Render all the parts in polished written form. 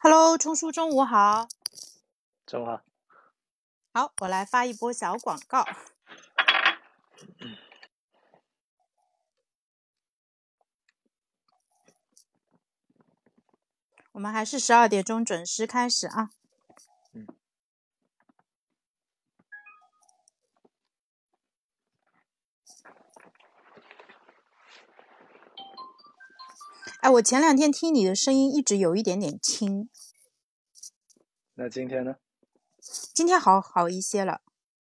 Hello，冲叔，中午好。 中午好。 好，我来发一波小广告。我们还是12点钟准时开始啊。哎，我前2天听你的声音一直有一点点轻。 那今天呢？ 今天好一些了。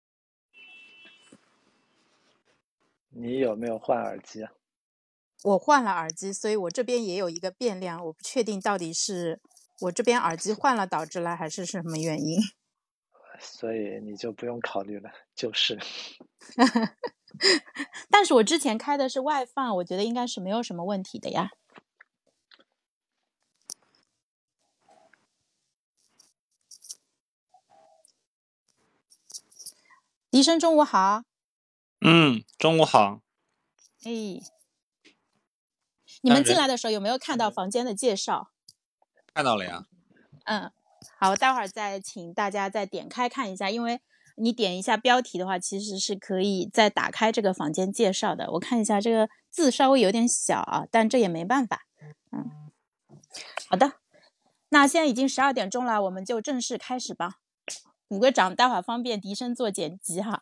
你有没有换耳机啊？ 我换了耳机，所以我这边也有一个变量，我不确定到底是我这边耳机换了导致了，还是什么原因。 所以你就不用考虑了，就是。 但是我之前开的是外放，我觉得应该是没有什么问题的呀。笛声，中午好。 中午好。 哎，你们进来的时候有没有看到房间的介绍？ 看到了呀。 好，待会儿再请大家再点开看一下，因为你点一下标题的话，其实是可以再打开这个房间介绍的。我看一下这个字稍微有点小啊，但这也没办法。好的，那现在已经12点钟了，我们就正式开始吧。鼓个掌，待会儿方便笛声做剪辑哈。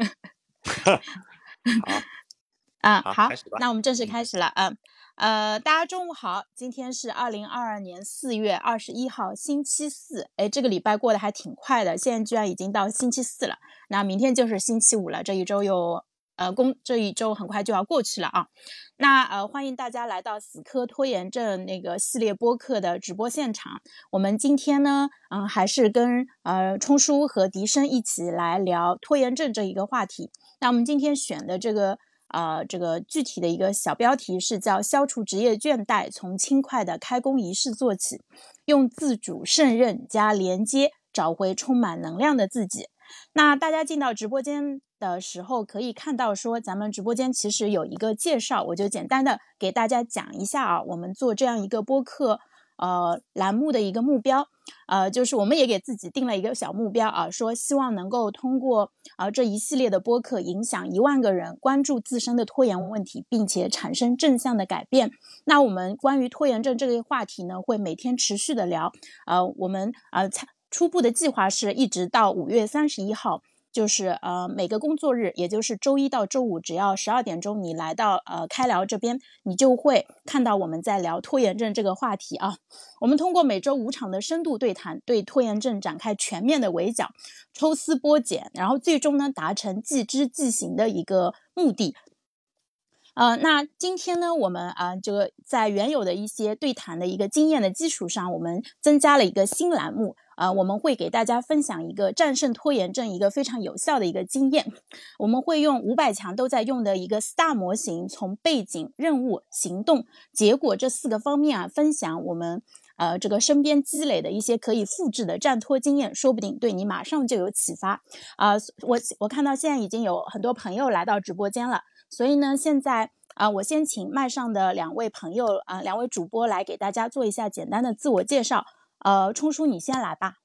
好，那我们正式开始了啊。大家中午好，今天是2022年4月21号，星期四。哎，这个礼拜过得还挺快的，现在居然已经到星期四了。那明天就是星期五了，这一周很快就要过去了啊。那欢迎大家来到死磕拖延症那个系列播客的直播现场。我们今天呢，还是跟冲叔和笛声一起来聊拖延症这一个话题。那我们今天选的这个具体的一个小标题是叫消除职业倦怠，从轻快的开工仪式做起，用自主胜任加连接找回充满能量的自己。那大家进到直播间的时候可以看到说咱们直播间其实有一个介绍，我就简单的给大家讲一下啊，我们做这样一个播客栏目的一个目标。就是我们也给自己定了一个小目标啊，说希望能够通过这一系列的播客影响1万个人关注自身的拖延问题，并且产生正向的改变。那我们关于拖延症这个话题呢，会每天持续的聊。我们初步的计划是一直到5月31号。就是每个工作日，也就是周一到周五，只要12点钟你来到开聊这边，你就会看到我们在聊拖延症这个话题啊。我们通过每周5场的深度对谈，对拖延症展开全面的围剿，抽丝剥茧，然后最终呢达成即知即行的一个目的。那今天呢，我们这个在原有的一些对谈的一个经验的基础上，我们增加了一个新栏目。我们会给大家分享一个战胜拖延症一个非常有效的一个经验。我们会用500强都在用的一个STAR 模型，从背景、任务、行动、结果这4个方面分享我们这个身边积累的一些可以复制的战拖经验，说不定对你马上就有启发。我看到现在已经有很多朋友来到直播间了，所以呢，现在我先请麦上的2位朋友2位主播来给大家做一下简单的自我介绍。冲叔你先来吧。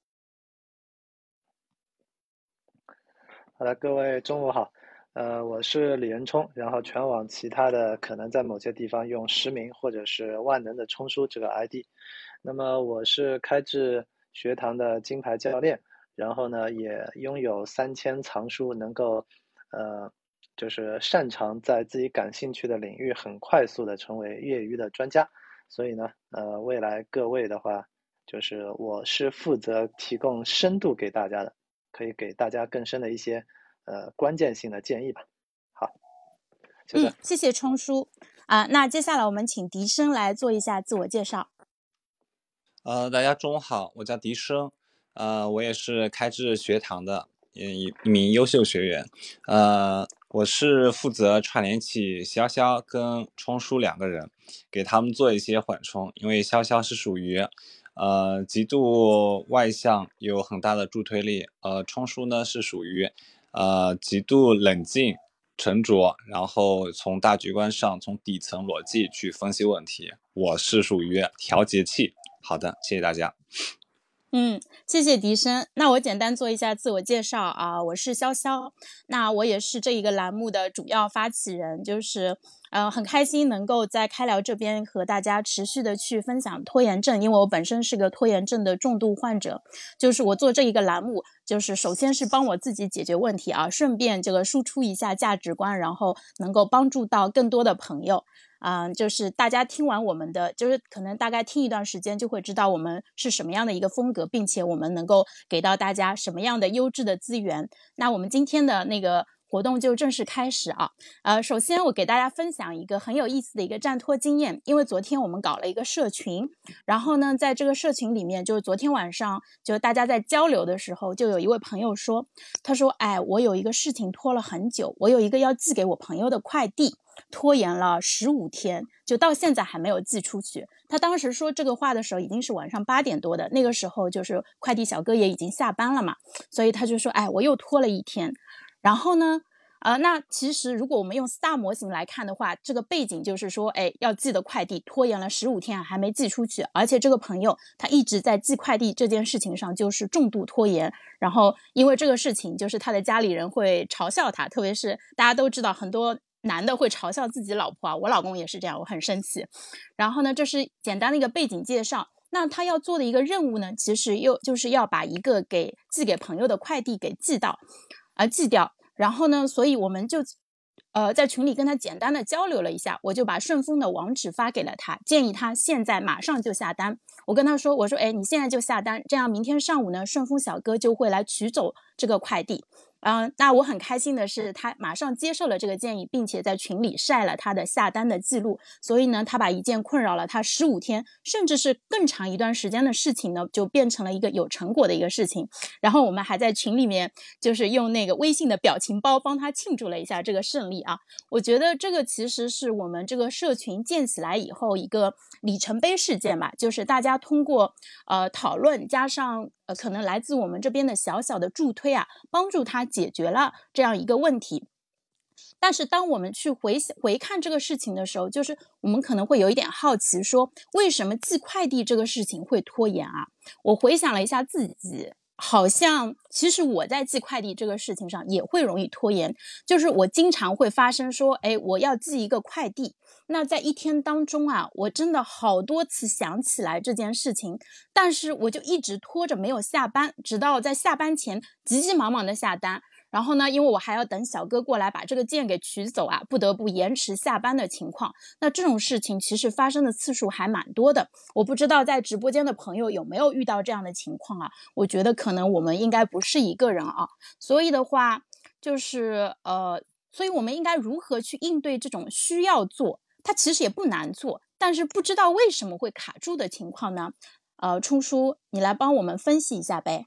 好的，各位中午好。我是李仁冲，然后全网其他的可能在某些地方用实名或者是万能的冲叔这个 ID。那么我是开智学堂的金牌教练，然后呢也拥有3000藏书，能够就是擅长在自己感兴趣的领域很快速的成为业余的专家。所以呢未来各位的话，就是我是负责提供深度给大家的，可以给大家更深的一些关键性的建议吧。好， 谢谢冲叔那接下来我们请笛声来做一下自我介绍。 大家中午好，我叫笛声，我也是开智学堂的一名优秀学员。我是负责串联起潇潇跟冲叔2个人，给他们做一些缓冲，因为潇潇是属于极度外向，有很大的助推力。冲叔呢是属于极度冷静沉着，然后从大局观上从底层逻辑去分析问题。我是属于调节器， 好的，谢谢大家。 谢谢笛声。那我简单做一下自我介绍啊，我是潇潇，那我也是这一个栏目的主要发起人，就是很开心能够在开聊这边和大家持续的去分享拖延症，因为我本身是个拖延症的重度患者，就是我做这一个栏目，就是首先是帮我自己解决问题啊，顺便这个输出一下价值观，然后能够帮助到更多的朋友。就是大家听完我们的，就是可能大概听一段时间就会知道我们是什么样的一个风格，并且我们能够给到大家什么样的优质的资源。那我们今天的那个活动就正式开始啊。首先我给大家分享一个很有意思的一个站拖经验，因为昨天我们搞了一个社群，然后呢，在这个社群里面，就是昨天晚上就大家在交流的时候，就有一位朋友说，他说，我有一个事情拖了很久，我有一个要寄给我朋友的快递，拖延了15天，就到现在还没有寄出去。他当时说这个话的时候已经是晚上8点多的，那个时候就是快递小哥也已经下班了嘛，所以他就说我又拖了1天。然后呢那其实如果我们用 STAR 模型来看的话，这个背景就是说要寄的快递拖延了15天还没寄出去，而且这个朋友他一直在寄快递这件事情上就是重度拖延，然后因为这个事情就是他的家里人会嘲笑他，特别是大家都知道很多男的会嘲笑自己老婆啊，我老公也是这样，我很生气。然后呢，这是简单的一个背景介绍。那他要做的一个任务呢，其实就是要把一个寄给朋友的快递给寄掉。然后呢，所以我们就在群里跟他简单的交流了一下，我就把顺丰的网址发给了他，建议他现在马上就下单。我跟他说，我说你现在就下单，这样明天上午呢，顺丰小哥就会来取走这个快递。那我很开心的是他马上接受了这个建议，并且在群里晒了他的下单的记录，所以呢他把一件困扰了他15天甚至是更长一段时间的事情呢，就变成了一个有成果的一个事情。然后我们还在群里面就是用那个微信的表情包帮他庆祝了一下这个胜利啊。我觉得这个其实是我们这个社群建起来以后一个里程碑事件吧，就是大家通过讨论加上可能来自我们这边的小小的助推啊，帮助他解决了这样一个问题。但是当我们去回看这个事情的时候，就是我们可能会有一点好奇，说为什么寄快递这个事情会拖延啊？我回想了一下自己，好像其实我在寄快递这个事情上也会容易拖延，就是我经常会发生说我要寄一个快递，那在一天当中啊，我真的好多次想起来这件事情，但是我就一直拖着没有下班，直到在下班前急急忙忙的下单，然后呢，因为我还要等小哥过来把这个件给取走啊，不得不延迟下班的情况。那这种事情其实发生的次数还蛮多的，我不知道在直播间的朋友有没有遇到这样的情况啊？我觉得可能我们应该不是一个人啊，所以的话就是所以我们应该如何去应对这种需要做，它其实也不难做，但是不知道为什么会卡住的情况呢？冲叔，你来帮我们分析一下呗。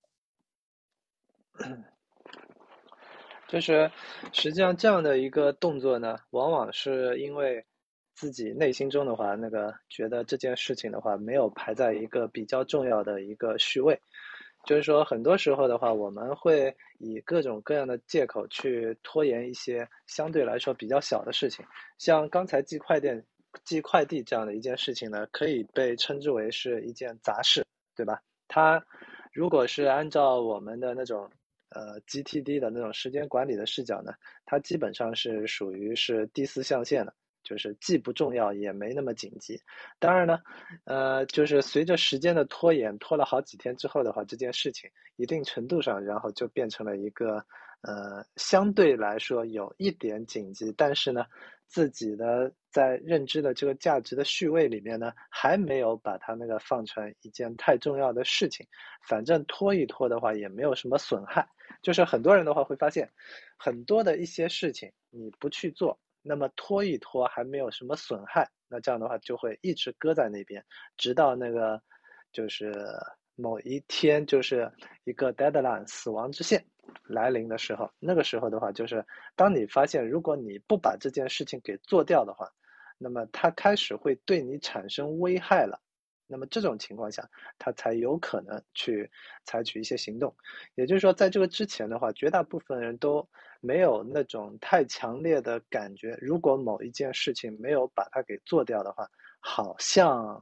就是实际上这样的一个动作呢，往往是因为自己内心中的话，觉得这件事情的话没有排在一个比较重要的一个序位。就是说很多时候的话，我们会以各种各样的借口去拖延一些相对来说比较小的事情。像刚才寄快递这样的一件事情呢，可以被称之为是一件杂事，对吧？它如果是按照我们的那种GTD 的那种时间管理的视角呢，它基本上是属于是第4象限的，就是既不重要也没那么紧急。当然呢就是随着时间的拖延，拖了好几天之后的话，这件事情一定程度上然后就变成了一个相对来说有一点紧急，但是呢自己的在认知的这个价值的序位里面呢，还没有把它放成一件太重要的事情。反正拖一拖的话也没有什么损害。就是很多人的话会发现，很多的一些事情你不去做，那么拖一拖还没有什么损害，那这样的话就会一直搁在那边，直到就是某一天就是一个 deadline 死亡之线来临的时候，那个时候的话就是当你发现如果你不把这件事情给做掉的话，那么它开始会对你产生危害了，那么这种情况下他才有可能去采取一些行动。也就是说在这个之前的话，绝大部分人都没有那种太强烈的感觉，如果某一件事情没有把它给做掉的话，好像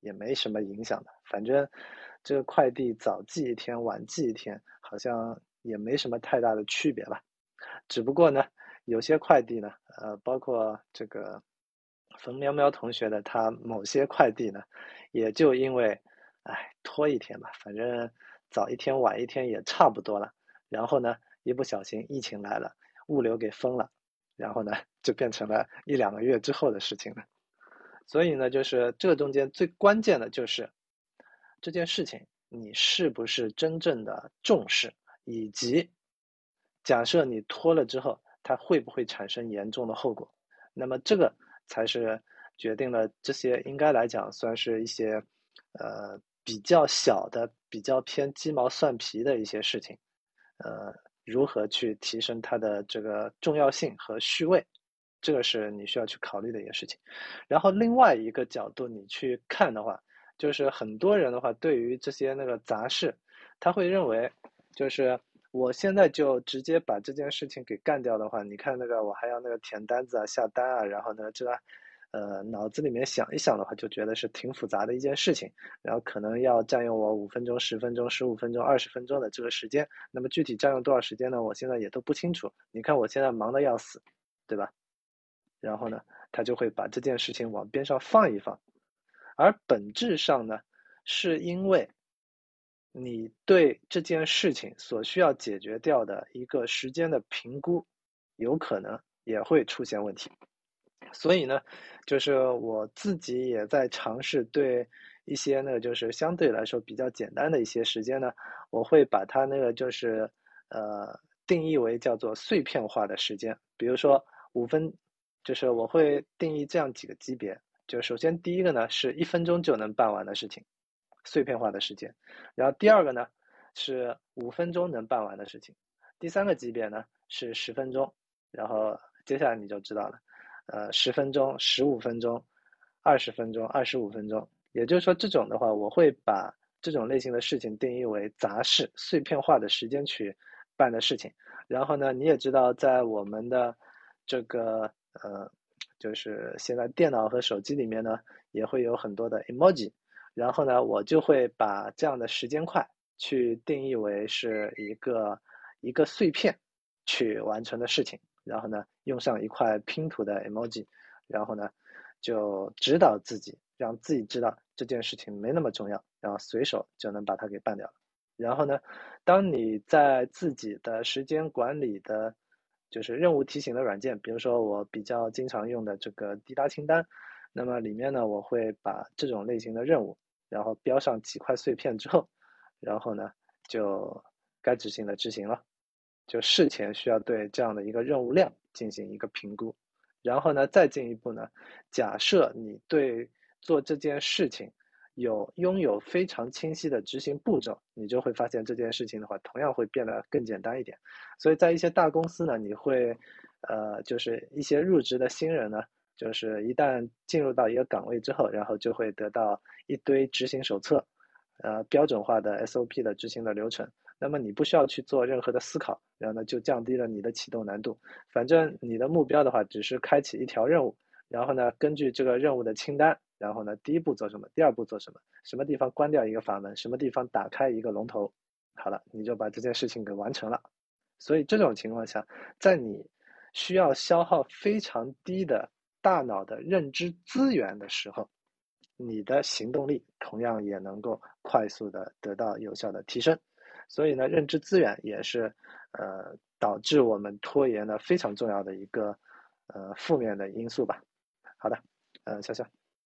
也没什么影响的，反正这个快递早寄一天晚寄一天好像也没什么太大的区别吧。只不过呢，有些快递呢，包括这个冯喵喵同学的他某些快递呢，也就因为拖一天吧，反正早一天晚一天也差不多了，然后呢一不小心疫情来了，物流给封了，然后呢就变成了1-2个月之后的事情了。所以呢，就是这个中间最关键的就是这件事情你是不是真正的重视，以及假设你拖了之后它会不会产生严重的后果，那么这个才是决定了这些应该来讲算是一些比较小的比较偏鸡毛蒜皮的一些事情，如何去提升它的这个重要性和序位，这个是你需要去考虑的一个事情。然后另外一个角度你去看的话，就是很多人的话对于这些那个杂事，他会认为就是我现在就直接把这件事情给干掉的话，你看那个我还要那个填单子啊下单啊，然后呢这个脑子里面想一想的话就觉得是挺复杂的一件事情，然后可能要占用我5分钟10分钟15分钟20分钟的这个时间，那么具体占用多少时间呢，我现在也都不清楚，你看我现在忙得要死，对吧？然后呢他就会把这件事情往边上放一放，而本质上呢是因为你对这件事情所需要解决掉的一个时间的评估有可能也会出现问题。所以呢就是我自己也在尝试对一些呢就是相对来说比较简单的一些时间呢，我会把它那个就是定义为叫做碎片化的时间。比如说就是我会定义这样几个级别，就首先第一个呢是1分钟就能办完的事情，碎片化的时间。然后第二个呢是5分钟能办完的事情，第三个级别呢是10分钟，然后接下来你就知道了10分钟15分钟20分钟25分钟。也就是说这种的话我会把这种类型的事情定义为杂事，碎片化的时间去办的事情。然后呢你也知道在我们的这个就是现在电脑和手机里面呢也会有很多的 emoji， 然后呢我就会把这样的时间块去定义为是一个碎片去完成的事情，然后呢用上一块拼图的 emoji， 然后呢就指导自己，让自己知道这件事情没那么重要，然后随手就能把它给办掉了。然后呢当你在自己的时间管理的就是任务提醒的软件，比如说我比较经常用的这个滴答清单，那么里面呢我会把这种类型的任务然后标上几块碎片之后，然后呢就该执行的执行了，就事前需要对这样的一个任务量进行一个评估。然后呢再进一步呢，假设你对做这件事情拥有非常清晰的执行步骤，你就会发现这件事情的话同样会变得更简单一点。所以在一些大公司呢，你会就是一些入职的新人呢，就是一旦进入到一个岗位之后，然后就会得到一堆执行手册，标准化的 SOP 的执行的流程，那么你不需要去做任何的思考，然后呢就降低了你的启动难度。反正你的目标的话只是开启一条任务，然后呢根据这个任务的清单，然后呢第一步做什么，第二步做什么，什么地方关掉一个阀门，什么地方打开一个龙头，好了，你就把这件事情给完成了。所以这种情况下，在你需要消耗非常低的大脑的认知资源的时候，你的行动力同样也能够快速的得到有效的提升。所以呢认知资源也是导致我们拖延的非常重要的一个负面的因素吧。好的潇潇。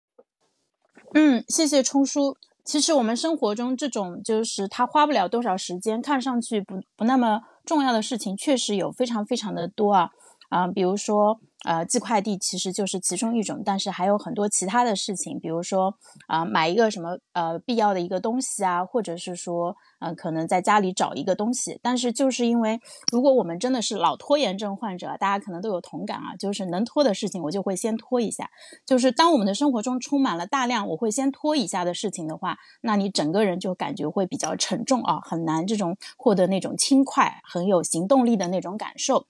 谢谢冲叔。其实我们生活中这种就是他花不了多少时间，看上去不那么重要的事情确实有非常非常的多啊。比如说寄快递其实就是其中一种，但是还有很多其他的事情，比如说买一个什么必要的一个东西啊，或者是说可能在家里找一个东西。但是就是因为如果我们真的是老拖延症患者，大家可能都有同感就是能拖的事情我就会先拖一下。就是当我们的生活中充满了大量我会先拖一下的事情的话，那你整个人就感觉会比较沉重很难这种获得那种轻快很有行动力的那种感受。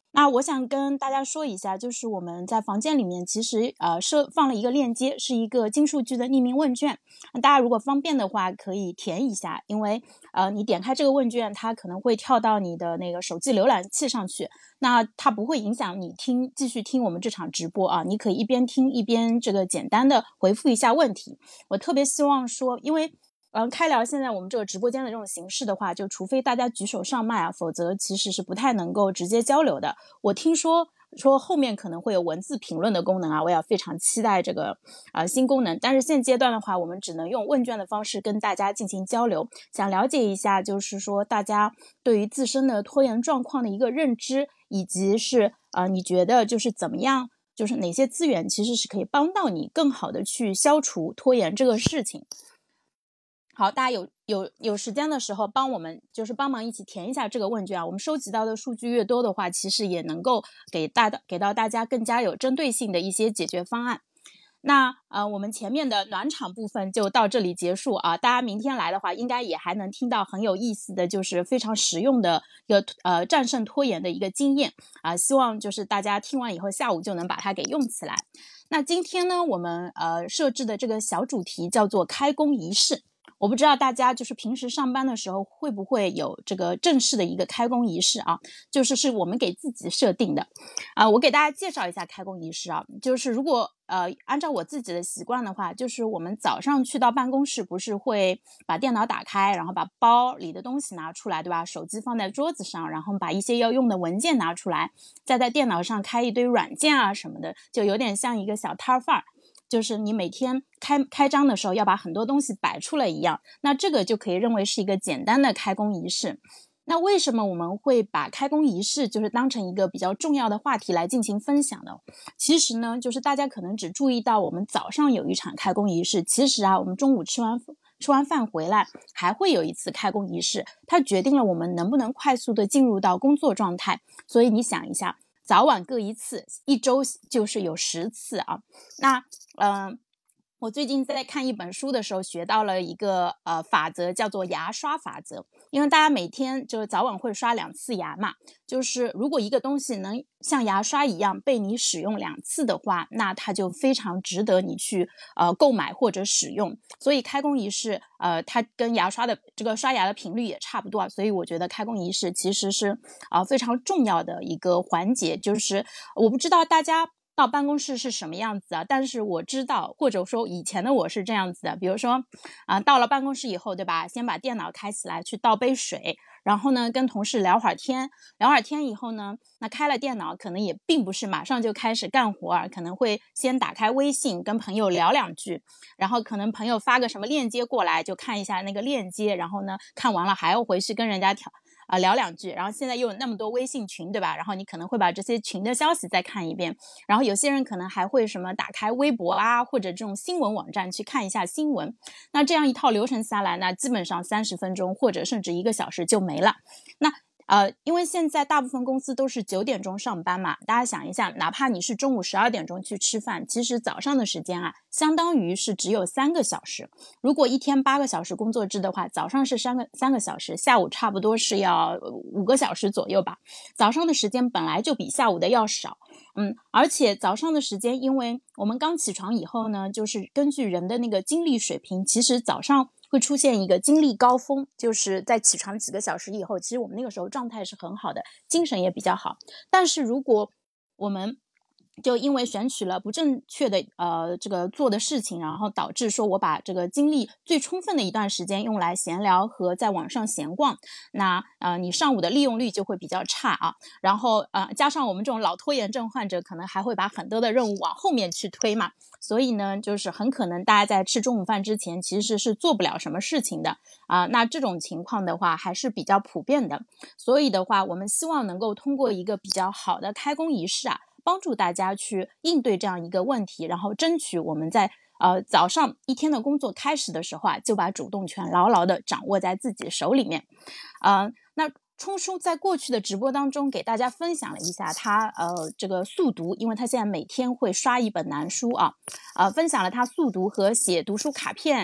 那我想跟大家说一下，就是我们在房间里面其实放了一个链接，是一个金数据的匿名问卷。那大家如果方便的话可以填一下，因为你点开这个问卷，它可能会跳到你的那个手机浏览器上去，那它不会影响你继续听我们这场直播啊，你可以一边听一边这个简单的回复一下问题。我特别希望说，因为开聊现在我们这个直播间的这种形式的话，就除非大家举手上麦啊，否则其实是不太能够直接交流的。我听说后面可能会有文字评论的功能啊，我也非常期待这个新功能。但是现阶段的话，我们只能用问卷的方式跟大家进行交流，想了解一下，就是说大家对于自身的拖延状况的一个认知，以及是你觉得就是怎么样，就是哪些资源其实是可以帮到你更好的去消除拖延这个事情。好，大家有时间的时候帮忙一起填一下这个问卷啊。我们收集到的数据越多的话，其实也能够给到大家更加有针对性的一些解决方案。那我们前面的暖场部分就到这里结束啊。大家明天来的话，应该也还能听到很有意思的就是非常实用的一个战胜拖延的一个经验啊。希望就是大家听完以后下午就能把它给用起来。那今天呢，我们设置的这个小主题叫做开工仪式。我不知道大家就是平时上班的时候会不会有这个正式的一个开工仪式啊，是我们给自己设定的我给大家介绍一下开工仪式啊，就是如果按照我自己的习惯的话，就是我们早上去到办公室不是会把电脑打开，然后把包里的东西拿出来，对吧？手机放在桌子上，然后把一些要用的文件拿出来，再在电脑上开一堆软件啊什么的，就有点像一个小摊贩，就是你每天开张的时候要把很多东西摆出来一样，那这个就可以认为是一个简单的开工仪式。那为什么我们会把开工仪式就是当成一个比较重要的话题来进行分享呢？其实呢，就是大家可能只注意到我们早上有一场开工仪式，其实我们中午吃完饭回来还会有一次开工仪式，它决定了我们能不能快速的进入到工作状态。所以你想一下，早晚各一次，一周就是有10次啊。那我最近在看一本书的时候学到了一个法则，叫做牙刷法则。因为大家每天就是早晚会刷2次牙嘛，就是如果一个东西能像牙刷一样被你使用2次的话，那它就非常值得你去购买或者使用。所以开工仪式它跟牙刷的这个刷牙的频率也差不多，所以我觉得开工仪式其实是非常重要的一个环节。就是我不知道大家到办公室是什么样子啊？但是我知道，或者说以前的我是这样子的，比如说到了办公室以后，对吧？先把电脑开起来，去倒杯水，然后呢跟同事聊会儿天以后呢，那开了电脑可能也并不是马上就开始干活可能会先打开微信跟朋友聊2句，然后可能朋友发个什么链接过来，就看一下那个链接，然后呢看完了还要回去跟人家聊2句，然后现在又有那么多微信群，对吧？然后你可能会把这些群的消息再看一遍，然后有些人可能还会什么打开微博或者这种新闻网站去看一下新闻。那这样一套流程下来，那基本上30分钟或者甚至1个小时就没了。那因为现在大部分公司都是9点钟上班嘛，大家想一下，哪怕你是中午12点钟去吃饭，其实早上的时间相当于是只有3个小时。如果一天8个小时工作制的话，早上是3个小时，下午差不多是要5个小时左右吧。早上的时间本来就比下午的要少，而且早上的时间，因为我们刚起床以后呢，就是根据人的那个精力水平，其实早上会出现一个精力高峰，就是在起床几个小时以后，其实我们那个时候状态是很好的，精神也比较好。但是如果我们就因为选取了不正确的这个做的事情，然后导致说我把这个精力最充分的一段时间用来闲聊和在网上闲逛，那你上午的利用率就会比较差然后加上我们这种老拖延症患者可能还会把很多的任务往后面去推嘛，所以呢就是很可能大家在吃中午饭之前其实是做不了什么事情的那这种情况的话还是比较普遍的。所以的话我们希望能够通过一个比较好的开工仪式帮助大家去应对这样一个问题，然后争取我们在早上一天的工作开始的时候就把主动权牢牢的掌握在自己手里面。那冲叔在过去的直播当中给大家分享了一下他这个速读，因为他现在每天会刷一本难书分享了他速读和写读书卡片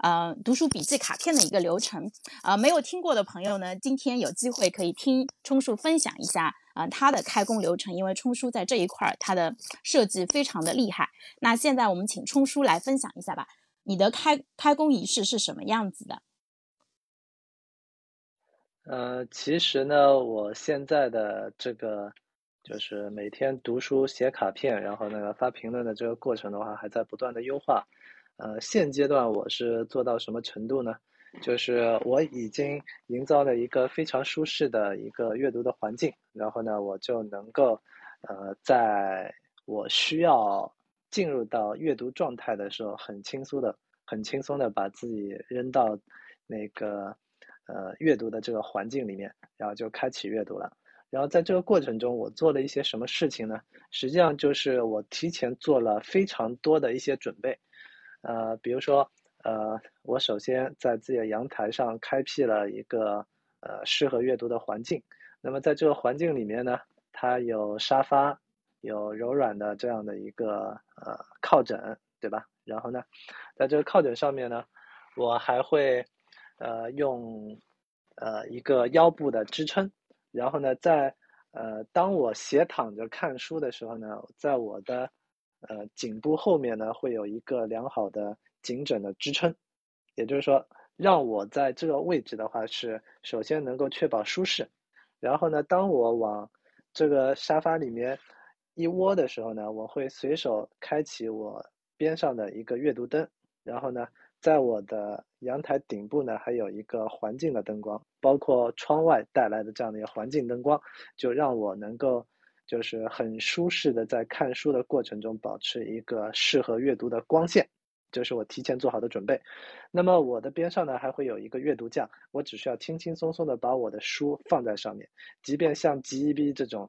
读书笔记卡片的一个流程。没有听过的朋友呢，今天有机会可以听冲叔分享一下他的开工流程，因为冲叔在这一块他的设计非常的厉害。那现在我们请冲叔来分享一下吧，你的开工仪式是什么样子的？ 其实呢，我现在的这个就是每天读书写卡片，然后呢发评论的这个过程的话，还在不断的优化。现阶段我是做到什么程度呢？就是我已经营造了一个非常舒适的一个阅读的环境，然后呢，我就能够在我需要进入到阅读状态的时候，很轻松的把自己扔到那个阅读的这个环境里面，然后就开启阅读了。然后在这个过程中，我做了一些什么事情呢？实际上就是我提前做了非常多的一些准备。比如说，我首先在自己的阳台上开辟了一个适合阅读的环境。那么在这个环境里面呢，它有沙发，有柔软的这样的一个靠枕，对吧？然后呢，在这个靠枕上面呢，我还会用一个腰部的支撑，然后呢，当我斜躺着看书的时候呢，在我的颈部后面呢会有一个良好的颈枕的支撑，也就是说，让我在这个位置的话是首先能够确保舒适，然后呢，当我往这个沙发里面一窝的时候呢，我会随手开启我边上的一个阅读灯，然后呢，在我的阳台顶部呢还有一个环境的灯光，包括窗外带来的这样的一个环境灯光，就让我能够就是很舒适的在看书的过程中保持一个适合阅读的光线，这是我提前做好的准备。那么我的边上呢还会有一个阅读架，我只需要轻轻松松的把我的书放在上面，即便像 GEB 这种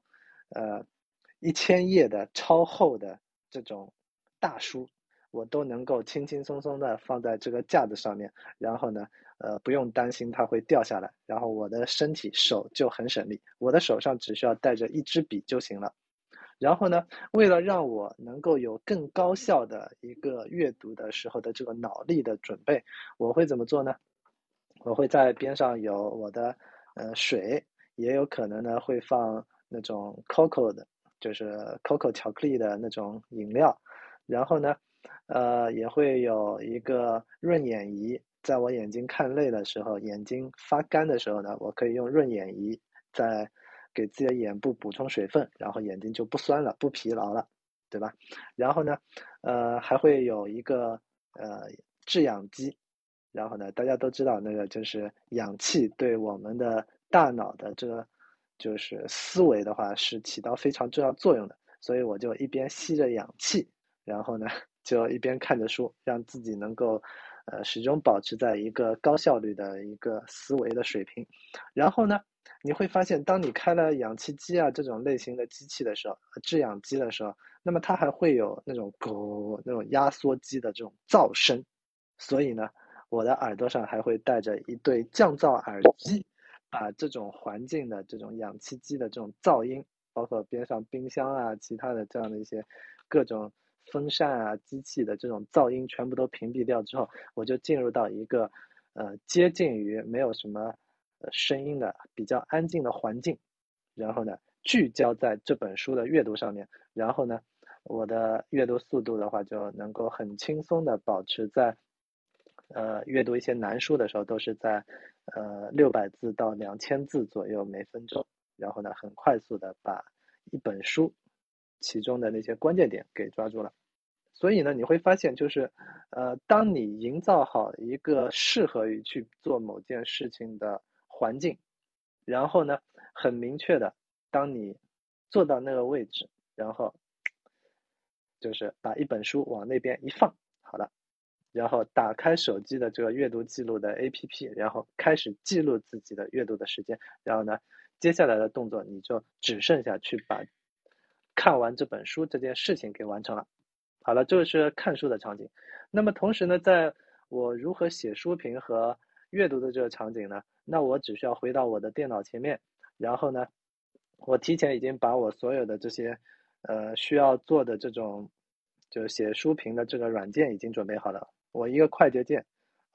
1000页的超厚的这种大书，我都能够轻轻松松的放在这个架子上面，然后呢不用担心它会掉下来，然后我的身体手就很省力，我的手上只需要带着一支笔就行了。然后呢，为了让我能够有更高效的一个阅读的时候的这个脑力的准备，我会怎么做呢？我会在边上有我的水，也有可能呢会放那种 Coco 的，就是 Coco 巧克力的那种饮料，然后呢，也会有一个润眼仪，在我眼睛看累的时候，眼睛发干的时候呢，我可以用润眼仪在给自己的眼部补充水分，然后眼睛就不酸了，不疲劳了，对吧？然后呢，还会有一个制氧机，然后呢，大家都知道那个就是氧气对我们的大脑的这个就是思维的话是起到非常重要作用的，所以我就一边吸着氧气，然后呢就一边看着书，让自己能够始终保持在一个高效率的一个思维的水平。然后呢，你会发现，当你开了氧气机啊这种类型的机器的时候，制氧机的时候，那么它还会有那种那种压缩机的这种噪声，所以呢，我的耳朵上还会带着一对降噪耳机，把这种环境的这种氧气机的这种噪音，包括边上冰箱啊，其他的这样的一些各种风扇啊、机器的这种噪音全部都屏蔽掉之后，我就进入到一个接近于没有什么声音的比较安静的环境，然后呢聚焦在这本书的阅读上面，然后呢我的阅读速度的话就能够很轻松的保持在阅读一些难书的时候都是在600字到2000字左右每分钟，然后呢很快速的把一本书其中的那些关键点给抓住了。所以呢，你会发现就是，当你营造好一个适合于去做某件事情的环境，然后呢，很明确的，当你坐到那个位置，然后就是把一本书往那边一放，好了，然后打开手机的这个阅读记录的 APP，然后开始记录自己的阅读的时间，然后呢，接下来的动作你就只剩下去把看完这本书这件事情给完成了。好了，这是看书的场景。那么同时呢，在我如何写书评和阅读的这个场景呢，那我只需要回到我的电脑前面，然后呢，我提前已经把我所有的这些需要做的这种就是写书评的这个软件已经准备好了。我一个快捷键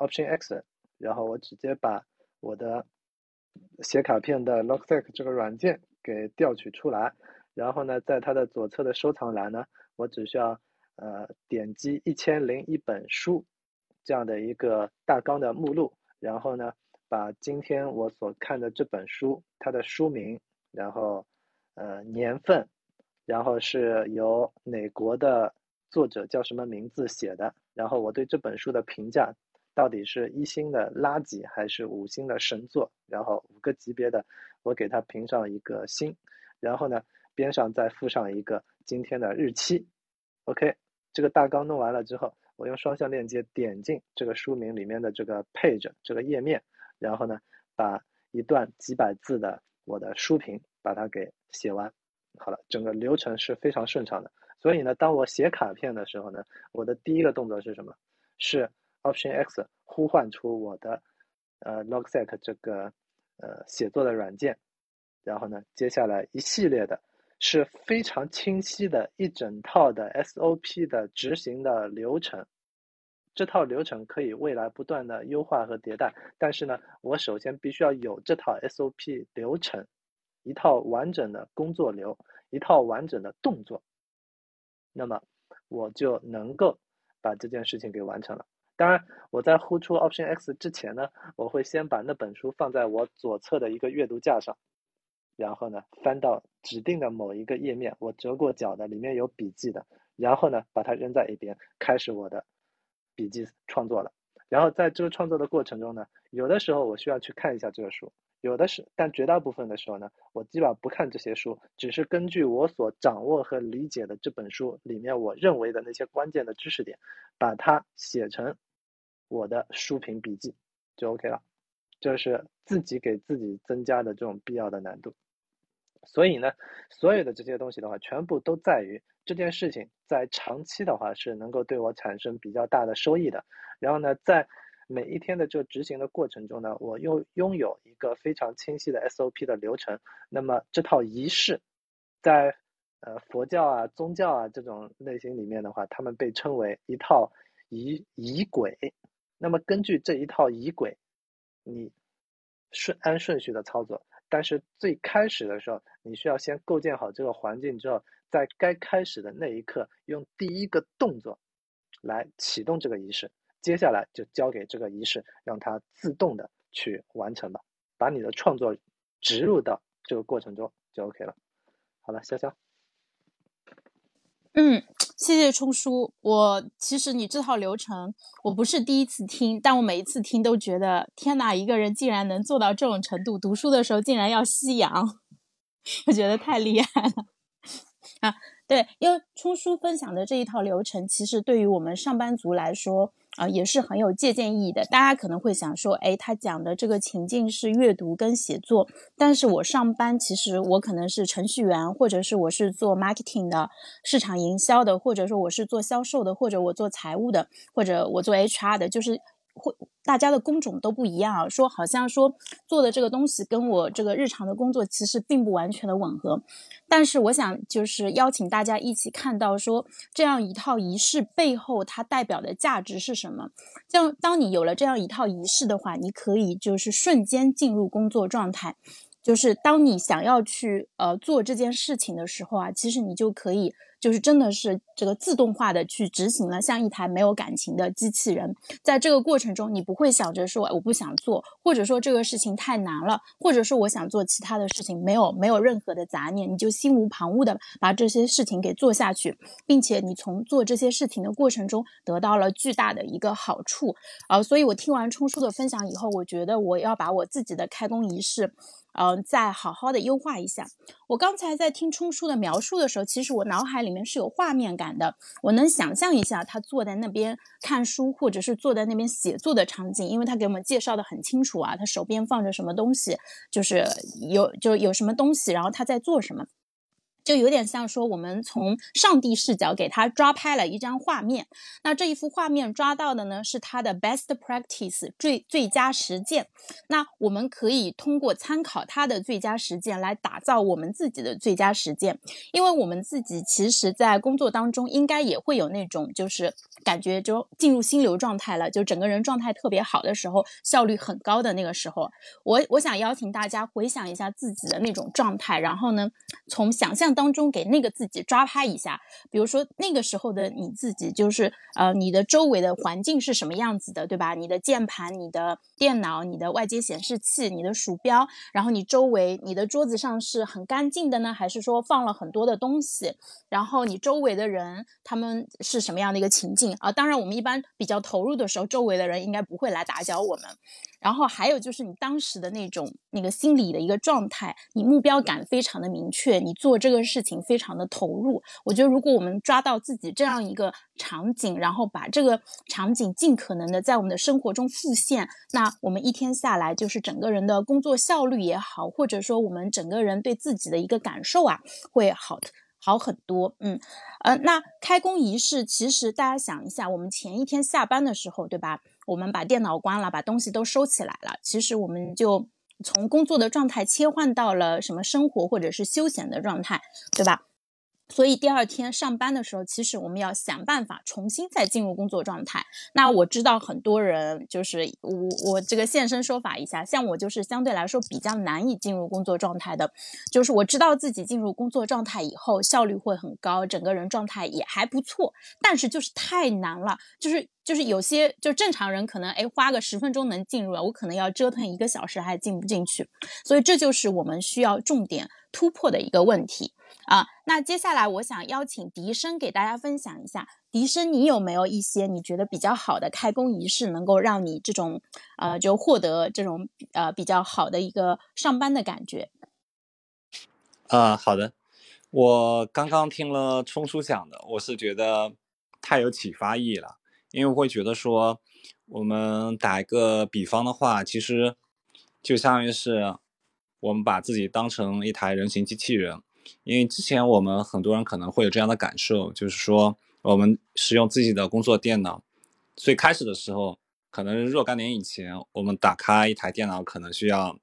Option X， 然后我直接把我的写卡片的 Logseq 这个软件给调取出来，然后呢，在它的左侧的收藏栏呢，我只需要点击1001本书这样的一个大纲的目录，然后呢，把今天我所看的这本书它的书名，然后年份，然后是由哪国的作者叫什么名字写的，然后我对这本书的评价到底是1星的垃圾还是5星的神作，然后5个级别的我给它评上一个星，然后呢边上再附上一个今天的日期。 OK， 这个大纲弄完了之后，我用双向链接点进这个书名里面的这个 page 这个页面，然后呢把一段几百字的我的书评把它给写完。好了，整个流程是非常顺畅的。所以呢，当我写卡片的时候呢，我的第一个动作是什么？是 Option X 呼唤出我的Logseq 这个写作的软件，然后呢，接下来一系列的是非常清晰的一整套的 SOP 的执行的流程。这套流程可以未来不断的优化和迭代，但是呢，我首先必须要有这套 SOP 流程，一套完整的工作流，一套完整的动作，那么我就能够把这件事情给完成了。当然，我在呼出 Option X 之前呢，我会先把那本书放在我左侧的一个阅读架上，然后呢，翻到指定的某一个页面，我折过角的，里面有笔记的，然后呢，把它扔在一边，开始我的笔记创作了。然后在这个创作的过程中呢，有的时候我需要去看一下这个书，但绝大部分的时候呢，我基本上不看这些书，只是根据我所掌握和理解的这本书里面我认为的那些关键的知识点，把它写成我的书评笔记就 OK 了。这是自己给自己增加的这种必要的难度。所以呢，所有的这些东西的话，全部都在于这件事情在长期的话是能够对我产生比较大的收益的。然后呢，在每一天的这个执行的过程中呢，我又拥有一个非常清晰的 SOP 的流程。那么这套仪式，在佛教啊、宗教啊这种类型里面的话，他们被称为一套仪轨。那么根据这一套仪轨，你按顺序的操作。但是最开始的时候，你需要先构建好这个环境之后，在该开始的那一刻，用第一个动作来启动这个仪式，接下来就交给这个仪式，让它自动的去完成吧，把你的创作植入到这个过程中就 OK 了。好了，潇潇。 谢谢冲叔。其实你这套流程我不是第一次听，但我每一次听都觉得天哪，一个人竟然能做到这种程度，读书的时候竟然要吸氧，我觉得太厉害了啊！对，因为冲叔分享的这一套流程，其实对于我们上班族来说也是很有借鉴意义的。大家可能会想说，他讲的这个情境是阅读跟写作，但是我上班其实我可能是程序员，或者是我是做 marketing 的，市场营销的，或者说我是做销售的，或者我做财务的，或者我做 HR 的，就是大家的工种都不一样啊，说好像说做的这个东西跟我这个日常的工作其实并不完全的吻合。但是我想就是邀请大家一起看到说这样一套仪式背后它代表的价值是什么。这样当你有了这样一套仪式的话，你可以就是瞬间进入工作状态，就是当你想要去做这件事情的时候啊，其实你就可以就是真的是这个自动化的去执行了，像一台没有感情的机器人。在这个过程中，你不会想着说我不想做，或者说这个事情太难了，或者说我想做其他的事情，没有任何的杂念，你就心无旁骛的把这些事情给做下去，并且你从做这些事情的过程中得到了巨大的一个好处。所以我听完冲叔的分享以后，我觉得我要把我自己的开工仪式再好好的优化一下。我刚才在听冲叔的描述的时候，其实我脑海里面是有画面感的，我能想象一下他坐在那边看书，或者是坐在那边写作的场景，因为他给我们介绍的很清楚啊，他手边放着什么东西，就是有什么东西，然后他在做什么。 就有点像说我们从上帝视角给他抓拍了一张画面，那这一幅画面抓到的呢是他的 best practice 最佳实践，那我们可以通过参考他的最佳实践来打造我们自己的最佳实践。因为我们自己其实在工作当中应该也会有那种就是感觉就进入心流状态了，就整个人状态特别好的时候，效率很高的那个时候，我想邀请大家回想一下自己的那种状态，然后呢从想象当中给那个自己抓拍一下，比如说那个时候的你自己就是你的周围的环境是什么样子的，对吧？你的键盘、你的电脑、你的外接显示器、你的鼠标，然后你周围你的桌子上是很干净的呢，还是说放了很多的东西，然后你周围的人他们是什么样的一个情境啊？当然我们一般比较投入的时候，周围的人应该不会来打搅我们。然后还有就是你当时的那个心理的一个状态，你目标感非常的明确，你做这个事情非常的投入。我觉得如果我们抓到自己这样一个场景，然后把这个场景尽可能的在我们的生活中复现，那我们一天下来就是整个人的工作效率也好，或者说我们整个人对自己的一个感受啊会好很多。那开工仪式其实大家想一下，我们前一天下班的时候，对吧？我们把电脑关了，把东西都收起来了，其实我们就从工作的状态切换到了什么生活或者是休闲的状态，对吧？所以第二天上班的时候，其实我们要想办法重新再进入工作状态。那我知道很多人就是我这个现身说法一下，像我就是相对来说比较难以进入工作状态的，就是我知道自己进入工作状态以后效率会很高，整个人状态也还不错，但是就是太难了，就是有些就正常人可能花个10分钟能进入了，我可能要折腾1个小时还进不进去，所以这就是我们需要重点突破的一个问题。那接下来我想邀请笛声给大家分享一下，笛声你有没有一些你觉得比较好的开工仪式，能够让你这种就获得这种比较好的一个上班的感觉？ 好的，我刚刚听了冲叔讲的，我是觉得太有启发意义了，因为我会觉得说，我们打一个比方的话，其实就相当于是我们把自己当成一台人形机器人。因为之前我们很多人可能会有这样的感受，就是说我们使用自己的工作电脑，最开始的时候可能若干年以前，我们打开一台电脑可能需要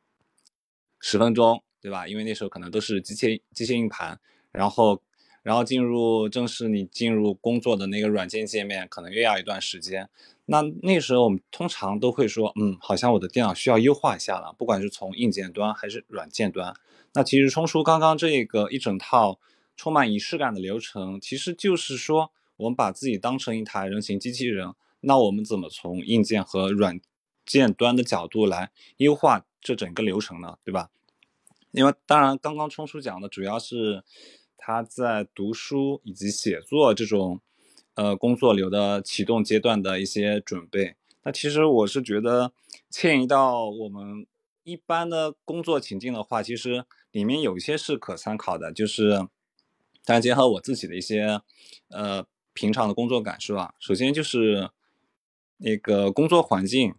10分钟，对吧？因为那时候可能都是机械硬盘，然后正式你进入工作的那个软件界面可能又要一段时间。那时候我们通常都会说，好像我的电脑需要优化一下了，不管是从硬件端还是软件端。那其实冲叔刚刚这个一整套充满仪式感的流程，其实就是说我们把自己当成一台人形机器人，那我们怎么从硬件和软件端的角度来优化这整个流程呢？对吧？因为当然刚刚冲叔讲的主要是他在读书以及写作这种工作流的启动阶段的一些准备。那其实我是觉得迁移到我们一般的工作情境的话，其实里面有一些是可参考的，就是当然结合我自己的一些平常的工作感受啊。首先就是那个工作环境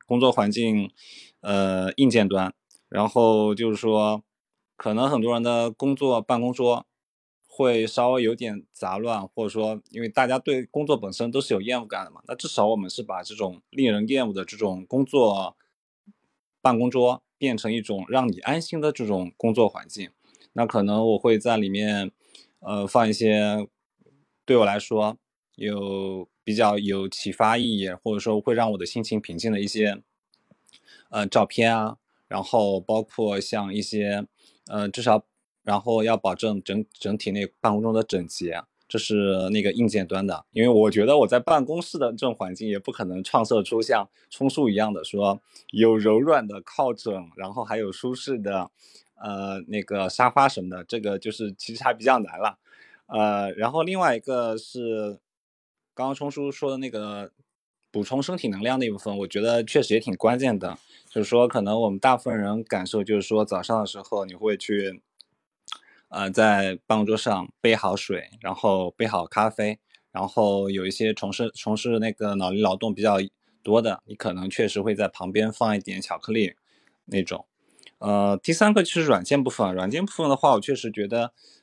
硬件端，然后就是说可能很多人的办公桌会稍微有点杂乱，或者说因为大家对工作本身都是有厌恶感的嘛，那至少我们是把这种令人厌恶的这种办公桌变成一种让你安心的这种工作环境。那可能我会在里面放一些对我来说比较有启发意义，或者说会让我的心情平静的一些照片啊，然后包括像一些至少然后要保证整体那办公中的整洁，这是那个硬件端的。因为我觉得我在办公室的这种环境也不可能创设出像冲叔一样的说有柔软的靠枕，然后还有舒适的那个沙发什么的，这个就是其实还比较难了。然后另外一个是刚刚冲叔说的那个补充身体能量那部分，我觉得确实也挺关键的。就是说可能我们大部分人感受就是说早上的时候你会去在办公桌上备好水，然后备好咖啡，然后有一些从事那个脑力劳动比较多的，你可能确实会在旁边放一点巧克力那种。第三个就是软件部分的话，我确实觉得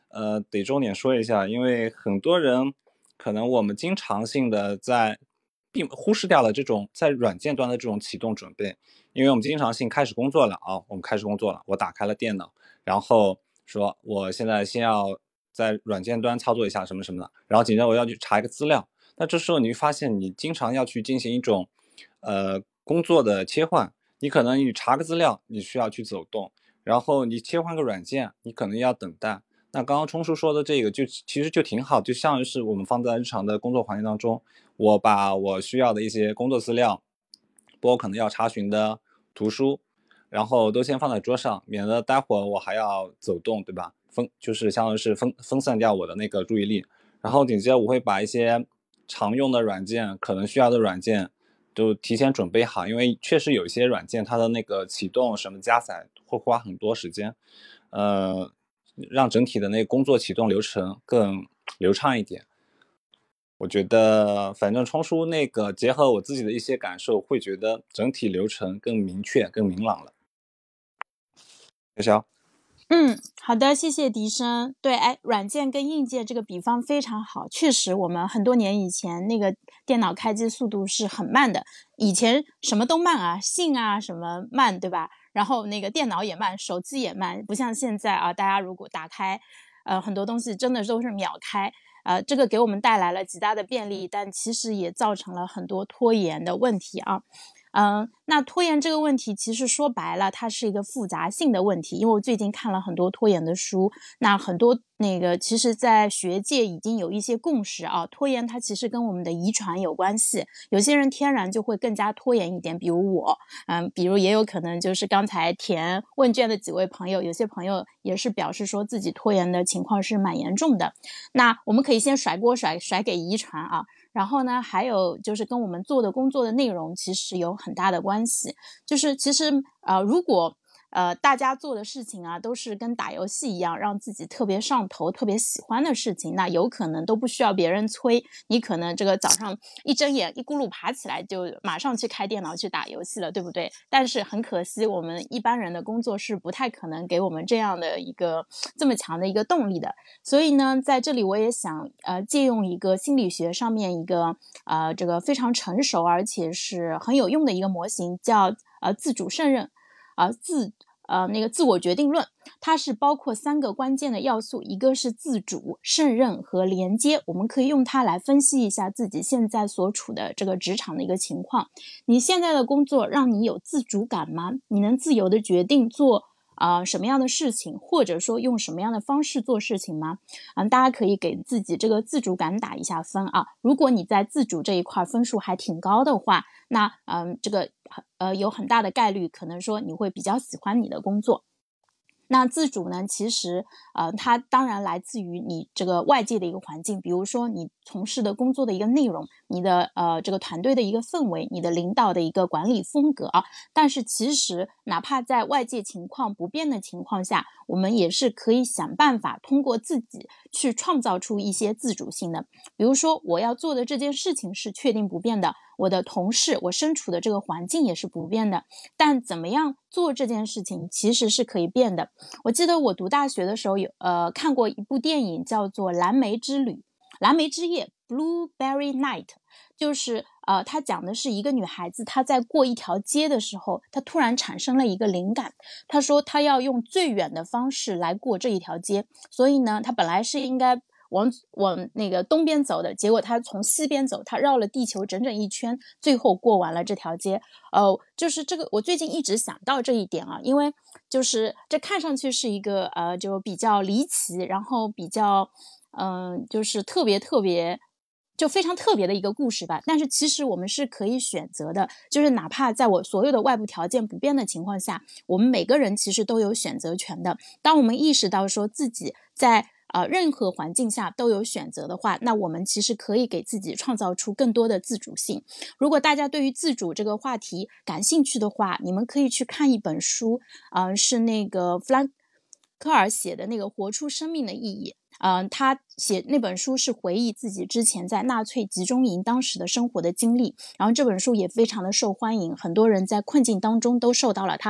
得重点说一下，因为很多人可能我们经常性的并忽视掉了这种在软件端的这种启动准备，因为我们经常性开始工作了啊，我们开始工作了，我打开了电脑，然后说我现在先要在软件端操作一下什么什么的，然后紧接着我要去查一个资料，那这时候你会发现你经常要去进行一种工作的切换，你可能你查个资料你需要去走动，然后你切换个软件你可能要等待。那刚刚冲叔说的这个其实就挺好，就像是我们放在日常的工作环境当中，我把我需要的一些工作资料，包括可能要查询的图书，然后都先放在桌上，免得待会儿我还要走动，对吧？就是相当于是分散掉我的那个注意力。然后紧接着我会把一些常用的软件，可能需要的软件都提前准备好，因为确实有一些软件它的那个启动什么加载会花很多时间，让整体的那个工作启动流程更流畅一点。我觉得反正冲叔那个结合我自己的一些感受，会觉得整体流程更明确更明朗了。小小好的，谢谢笛声。对，软件跟硬件这个比方非常好，确实我们很多年以前那个电脑开机速度是很慢的，以前什么都慢啊，信啊什么慢，对吧？然后那个电脑也慢，手机也慢，不像现在啊，大家如果打开很多东西真的都是秒开，这个给我们带来了极大的便利，但其实也造成了很多拖延的问题啊。那拖延这个问题其实说白了它是一个复杂性的问题，因为我最近看了很多拖延的书，那很多其实在学界已经有一些共识啊，拖延它其实跟我们的遗传有关系，有些人天然就会更加拖延一点，比如我，比如也有可能就是刚才填问卷的几位朋友，有些朋友也是表示说自己拖延的情况是蛮严重的。那我们可以先甩锅甩给遗传啊，然后呢，还有就是跟我们做的工作的内容其实有很大的关系。就是其实如果大家做的事情啊都是跟打游戏一样，让自己特别上头特别喜欢的事情，那有可能都不需要别人催，你可能这个早上一睁眼一咕噜爬起来就马上去开电脑去打游戏了，对不对？但是很可惜我们一般人的工作是不太可能给我们这样的一个这么强的一个动力的。所以呢在这里我也想借用一个心理学上面一个这个非常成熟而且是很有用的一个模型，叫自主胜任自我决定论，它是包括3个关键的要素，一个是自主、胜任和连接。我们可以用它来分析一下自己现在所处的这个职场的一个情况。你现在的工作让你有自主感吗？你能自由的决定做什么样的事情，或者说用什么样的方式做事情吗？大家可以给自己这个自主感打一下分啊。如果你在自主这一块分数还挺高的话，那这个有很大的概率可能说你会比较喜欢你的工作。那自主呢，其实它当然来自于你这个外界的一个环境，比如说你从事的工作的一个内容，你的这个团队的一个氛围，你的领导的一个管理风格啊。但是其实哪怕在外界情况不变的情况下，我们也是可以想办法通过自己去创造出一些自主性的。比如说我要做的这件事情是确定不变的，我的同事，我身处的这个环境也是不变的，但怎么样做这件事情其实是可以变的。我记得我读大学的时候看过一部电影叫做《蓝莓之旅》，蓝莓之夜 Blueberry Night， 就是它讲的是一个女孩子，她在过一条街的时候，她突然产生了一个灵感，她说她要用最远的方式来过这一条街，所以呢她本来是应该往那个东边走的，结果他从西边走，他绕了地球整整一圈，最后过完了这条街。就是这个我最近一直想到这一点啊，因为就是这看上去是一个就比较离奇，然后比较就是特别就非常特别的一个故事吧，但是其实我们是可以选择的，就是哪怕在我所有的外部条件不变的情况下，我们每个人其实都有选择权的。当我们意识到说自己在任何环境下都有选择的话，那我们其实可以给自己创造出更多的自主性。如果大家对于自主这个话题感兴趣的话，你们可以去看一本书，是那个弗兰克尔写的那个《活出生命的意义》。他写那本书是回忆自己之前在纳粹集中营当时的生活的经历，然后这本书也非常的受欢迎，很多人在困境当中都受到了他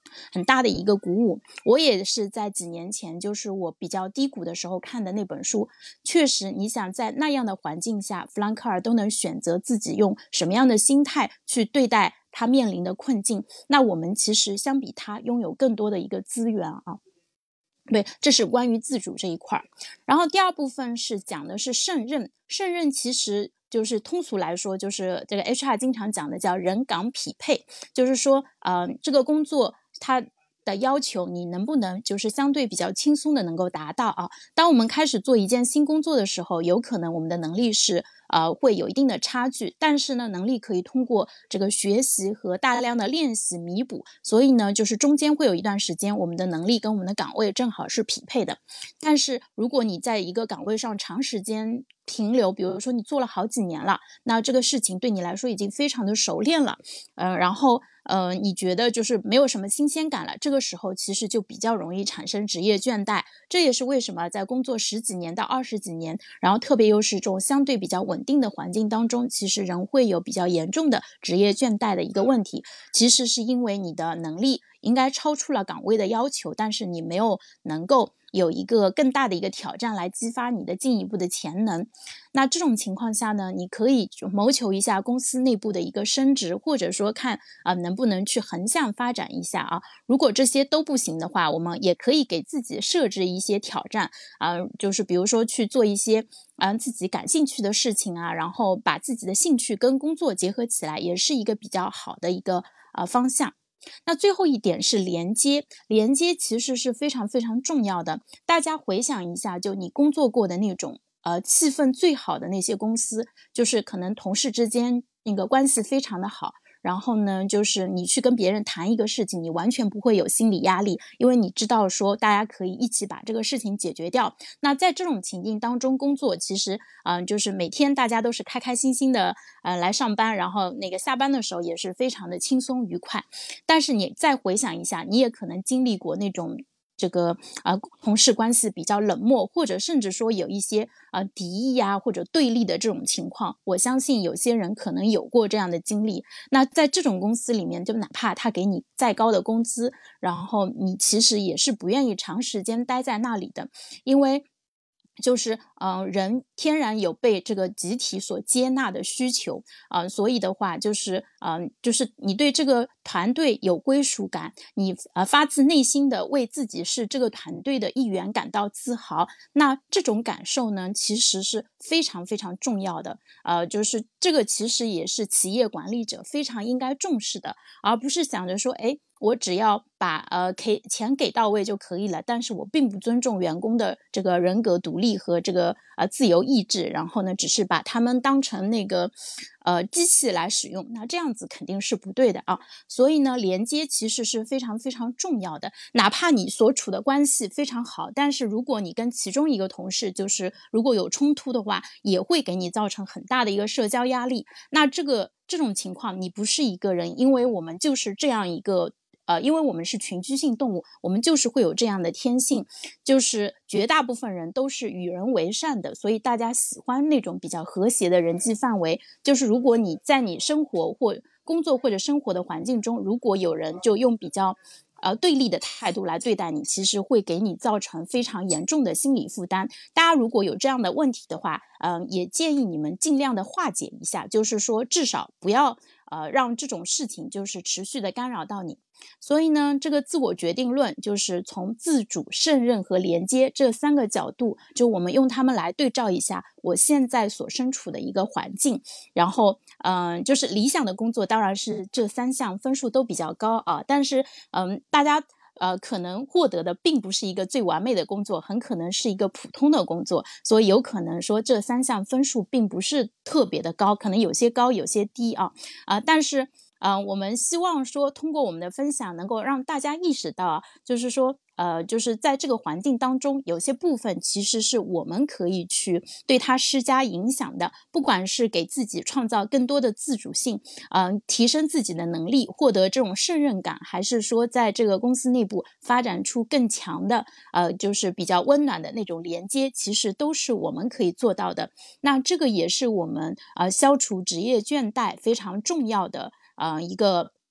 很大的一个鼓舞。我也是在几年前，就是我比较低谷的时候看的那本书。确实，你想在那样的环境下，弗兰克尔都能选择自己用什么样的心态去对待他面临的困境，那我们其实相比他拥有更多的一个资源啊。对，这是关于自主这一块。然后第二部分是讲的是胜任。胜任其实就是通俗来说，就是这个 HR 经常讲的叫人岗匹配，就是说这个工作它的要求你能不能就是相对比较轻松的能够达到啊。当我们开始做一件新工作的时候，有可能我们的能力是会有一定的差距，但是呢能力可以通过这个学习和大量的练习弥补，所以呢就是中间会有一段时间我们的能力跟我们的岗位正好是匹配的。但是如果你在一个岗位上长时间停留，比如说你做了好几年了，那这个事情对你来说已经非常的熟练了，然后你觉得就是没有什么新鲜感了，这个时候其实就比较容易产生职业倦怠。这也是为什么在工作10几年到20几年，然后特别又是这种相对比较稳定的环境当中，其实人会有比较严重的职业倦怠的一个问题，其实是因为你的能力应该超出了岗位的要求，但是你没有能够有一个更大的一个挑战来激发你的进一步的潜能。那这种情况下呢，你可以谋求一下公司内部的一个升职，或者说看能不能去横向发展一下啊。如果这些都不行的话，我们也可以给自己设置一些挑战就是比如说去做一些自己感兴趣的事情啊，然后把自己的兴趣跟工作结合起来，也是一个比较好的一个方向。那最后一点是连接，连接其实是非常非常重要的。大家回想一下，就你工作过的那种气氛最好的那些公司，就是可能同事之间那个关系非常的好，然后呢就是你去跟别人谈一个事情，你完全不会有心理压力，因为你知道说大家可以一起把这个事情解决掉。那在这种情境当中工作，其实就是每天大家都是开开心心的来上班，然后那个下班的时候也是非常的轻松愉快。但是你再回想一下，你也可能经历过那种这个同事关系比较冷漠，或者甚至说有一些敌意啊或者对立的这种情况，我相信有些人可能有过这样的经历。那在这种公司里面，就哪怕他给你再高的工资，然后你其实也是不愿意长时间待在那里的，因为就是人天然有被这个集体所接纳的需求所以的话就是你对这个团队有归属感，你发自内心的为自己是这个团队的一员感到自豪，那这种感受呢其实是非常非常重要的就是这个其实也是企业管理者非常应该重视的，而不是想着说我只要把钱给到位就可以了，但是我并不尊重员工的这个人格独立和这个自由意志，然后呢只是把他们当成那个机器来使用，那这样子肯定是不对的啊。所以呢连接其实是非常非常重要的，哪怕你所处的关系非常好，但是如果你跟其中一个同事就是如果有冲突的话，也会给你造成很大的一个社交压力。那这种情况你不是一个人，因为我们就是这样一个因为我们是群居性动物，我们就是会有这样的天性，就是绝大部分人都是与人为善的，所以大家喜欢那种比较和谐的人际范围。就是如果你在你生活或工作或者生活的环境中，如果有人就用比较对立的态度来对待你，其实会给你造成非常严重的心理负担。大家如果有这样的问题的话也建议你们尽量的化解一下，就是说至少不要让这种事情就是持续的干扰到你。所以呢这个自我决定论就是从自主、胜任和连接这3个角度，就我们用它们来对照一下我现在所身处的一个环境，然后就是理想的工作当然是这3项分数都比较高但是大家可能获得的并不是一个最完美的工作，很可能是一个普通的工作，所以有可能说这3项分数并不是特别的高，可能有些高有些低但是我们希望说通过我们的分享能够让大家意识到就是说就是在这个环境当中有些部分其实是我们可以去对它施加影响的，不管是给自己创造更多的自主性提升自己的能力，获得这种胜任感，还是说在这个公司内部发展出更强的就是比较温暖的那种连接，其实都是我们可以做到的。那这个也是我们消除职业倦怠非常重要的一个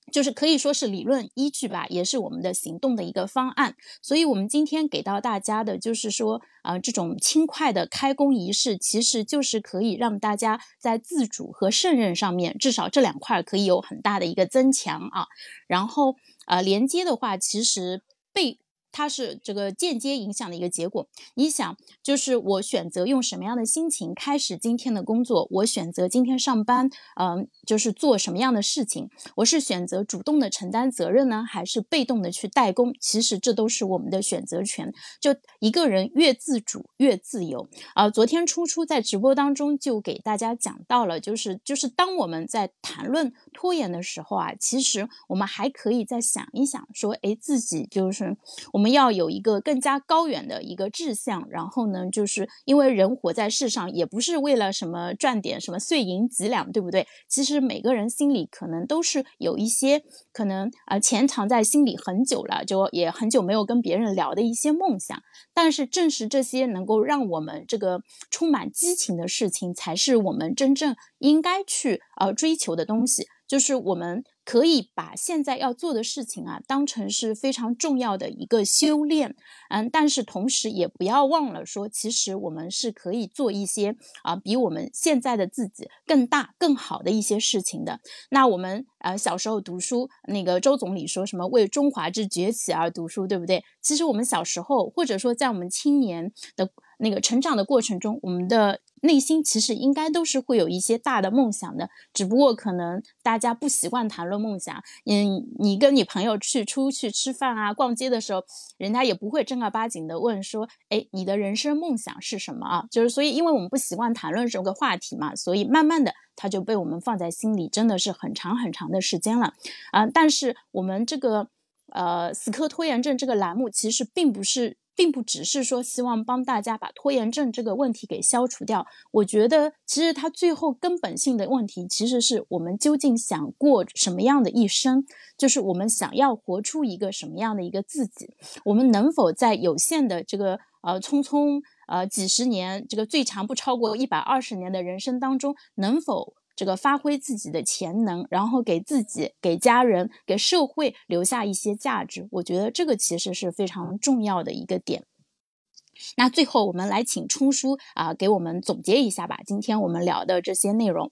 就是可以说是理论依据吧，也是我们的行动的一个方案。所以我们今天给到大家的就是说，这种轻快的开工仪式，其实就是可以让大家在自主和胜任上面，至少这2块可以有很大的一个增强啊。然后连接的话，其实它是这个间接影响的一个结果。你想，就是我选择用什么样的心情开始今天的工作，我选择今天上班，就是做什么样的事情，我是选择主动的承担责任呢，还是被动的去代工？其实这都是我们的选择权。就一个人越自主越自由。昨天初在直播当中就给大家讲到了，就是当我们在谈论拖延的时候啊，其实我们还可以再想一想，说，自己就是我们要有一个更加高远的一个志向，然后呢，就是因为人活在世上，也不是为了什么赚点什么碎银几两，对不对？其实每个人心里可能都是有一些可能潜藏在心里很久了，就也很久没有跟别人聊的一些梦想。但是正是这些能够让我们这个充满激情的事情，才是我们真正应该去追求的东西。就是我们可以把现在要做的事情啊，当成是非常重要的一个修炼，但是同时也不要忘了说，其实我们是可以做一些比我们现在的自己更大更好的一些事情的。那我们小时候读书，那个周总理说什么为中华之崛起而读书，对不对？其实我们小时候，或者说在我们青年的那个成长的过程中，我们的内心其实应该都是会有一些大的梦想的，只不过可能大家不习惯谈论梦想。你跟你朋友出去吃饭啊、逛街的时候，人家也不会正儿八经的问说，你的人生梦想是什么啊？就是所以，因为我们不习惯谈论这个话题嘛，所以慢慢的它就被我们放在心里，真的是很长很长的时间了。但是我们这个死磕拖延症这个栏目其实并不只是说希望帮大家把拖延症这个问题给消除掉。我觉得其实它最后根本性的问题其实是我们究竟想过什么样的一生，就是我们想要活出一个什么样的一个自己，我们能否在有限的这个匆匆几十年，这个最长不超过120年的人生当中，能否这个发挥自己的潜能，然后给自己、给家人、给社会留下一些价值。我觉得这个其实是非常重要的一个点。那最后我们来请冲叔给我们总结一下吧，今天我们聊的这些内容。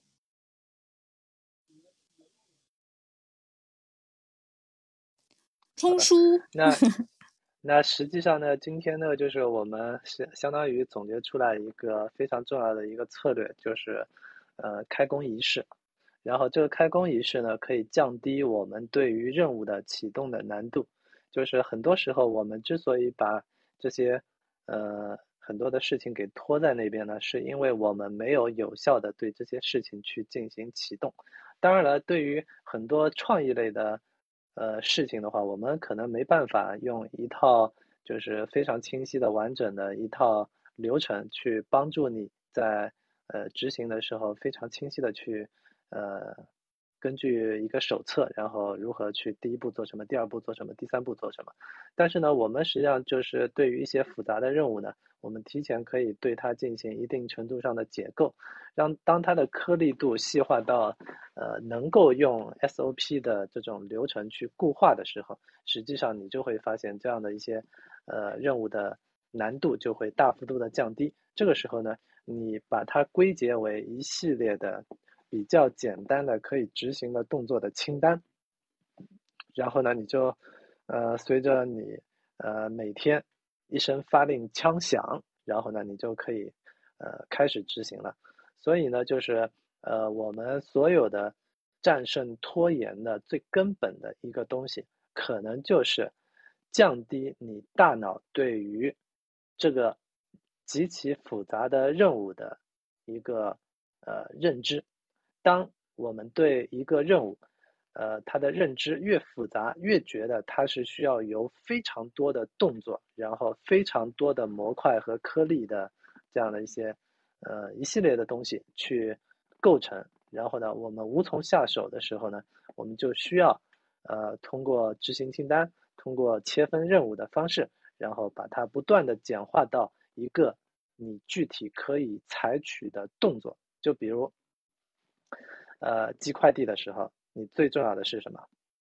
冲叔。 那实际上呢，今天呢，就是我们相当于总结出来一个非常重要的一个策略，就是开工仪式。然后这个开工仪式呢，可以降低我们对于任务的启动的难度。就是很多时候我们之所以把这些很多的事情给拖在那边呢，是因为我们没有有效的对这些事情去进行启动。当然了，对于很多创意类的事情的话，我们可能没办法用一套就是非常清晰的完整的一套流程去帮助你在执行的时候非常清晰的去根据一个手册，然后如何去第一步做什么，第二步做什么，第三步做什么。但是呢，我们实际上就是对于一些复杂的任务呢，我们提前可以对它进行一定程度上的解构，当它的颗粒度细化到能够用 SOP 的这种流程去固化的时候，实际上你就会发现这样的一些任务的难度就会大幅度的降低。这个时候呢，你把它归结为一系列的比较简单的可以执行的动作的清单，然后呢，你就随着你每天一声发令枪响，然后呢，你就可以开始执行了。所以呢，就是我们所有的战胜拖延的最根本的一个东西，可能就是降低你大脑对于这个极其复杂的任务的一个认知。当我们对一个任务它的认知越复杂，越觉得它是需要由非常多的动作，然后非常多的模块和颗粒的这样的一些一系列的东西去构成。然后呢，我们无从下手的时候呢，我们就需要通过执行清单，通过切分任务的方式，然后把它不断的简化到一个你具体可以采取的动作。就比如寄快递的时候，你最重要的是什么？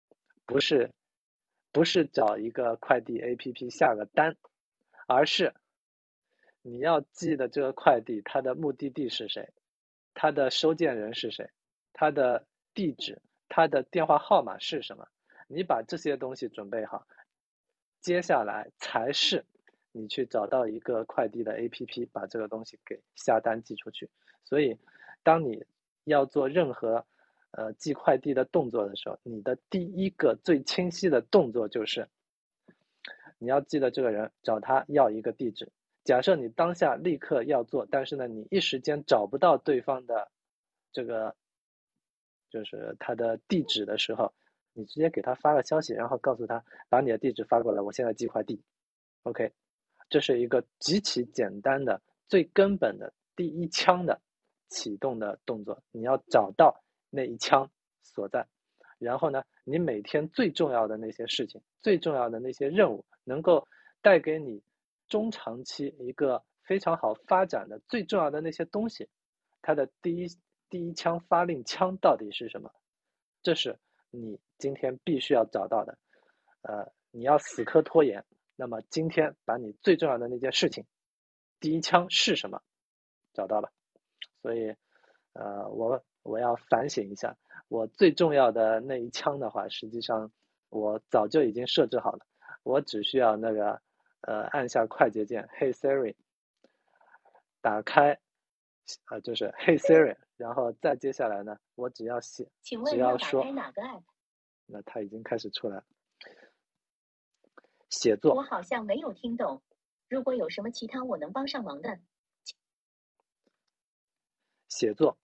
不是找一个快递 APP 下个单，而是你要寄的这个快递，它的目的地是谁，它的收件人是谁，它的地址，它的电话号码是什么，你把这些东西准备好，接下来才是你去找到一个快递的 APP， 把这个东西给下单寄出去。所以当你要做任何寄快递的动作的时候，你的第一个最清晰的动作就是你要寄的这个人找他要一个地址。假设你当下立刻要做，但是呢你一时间找不到对方的这个就是他的地址的时候，你直接给他发个消息，然后告诉他把你的地址发过来，我现在寄快递。 OK， 这是一个极其简单的最根本的第一枪的启动的动作。你要找到那一枪所在，然后呢你每天最重要的那些事情，最重要的那些任务，能够带给你中长期一个非常好发展的最重要的那些东西，它的第一枪发令枪到底是什么，这是你今天必须要找到的。你要死磕拖延，那么今天把你最重要的那件事情第一枪是什么找到了。所以我要反省一下，我最重要的那一枪的话，实际上我早就已经设置好了，我只需要那个按下快捷键 Hey Siri， 打开就是 Hey Siri， 然后再接下来呢，我只要说，打开哪个 app？ 那它已经开始出来了。写作， 我好像没有听懂，如果有什么其他我能帮上忙的。 写作，